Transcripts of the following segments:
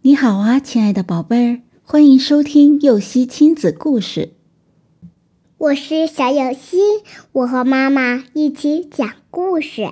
你好啊，亲爱的宝贝儿，欢迎收听幼熙亲子故事。 我是小幼熙，我和妈妈一起讲故事。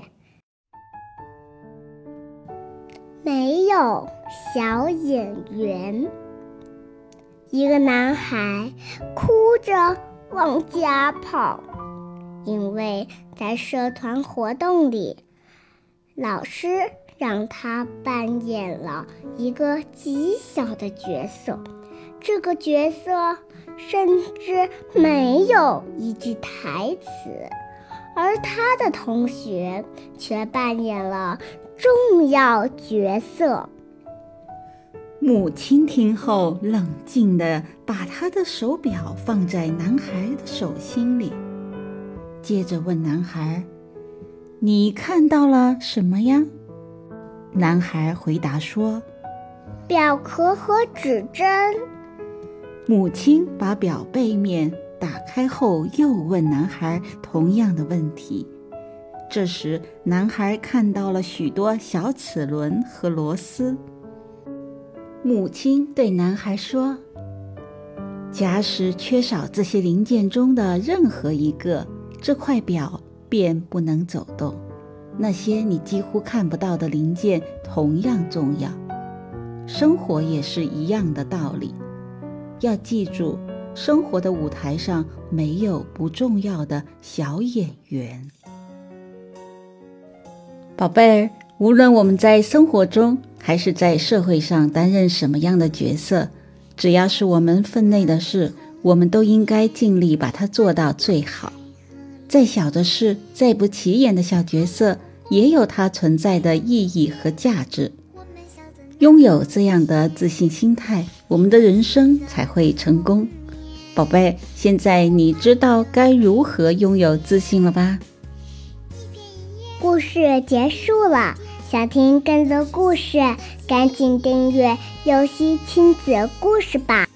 没有小演员。一个男孩哭着往家跑，因为在社团活动里，老师让他扮演了一个极小的角色，这个角色甚至没有一句台词，而他的同学却扮演了重要角色。 母亲听后，冷静地把他的手表放在男孩的手心里，接着问男孩：“你看到了什么呀？”男孩回答说：“ 表壳和指针。” 母亲把表背面打开后，又问男孩同样的问题。这时，男孩看到了许多小齿轮和螺丝。母亲对男孩说：“假使缺少这些零件中的任何一个，这块表便不能走动。那些你几乎看不到的零件同样重要。生活也是一样的道理。要记住，生活的舞台上没有不重要的小演员。”宝贝儿，无论我们在生活中还是在社会上担任什么样的角色，只要是我们分内的事，我们都应该尽力把它做到最好。再小的事，再不起眼的小角色，也有它存在的意义和价值。拥有这样的自信心态，我们的人生才会成功。宝贝，现在你知道该如何拥有自信了吧？ 故事结束了，想听更多故事，赶紧订阅幼熙亲子故事吧。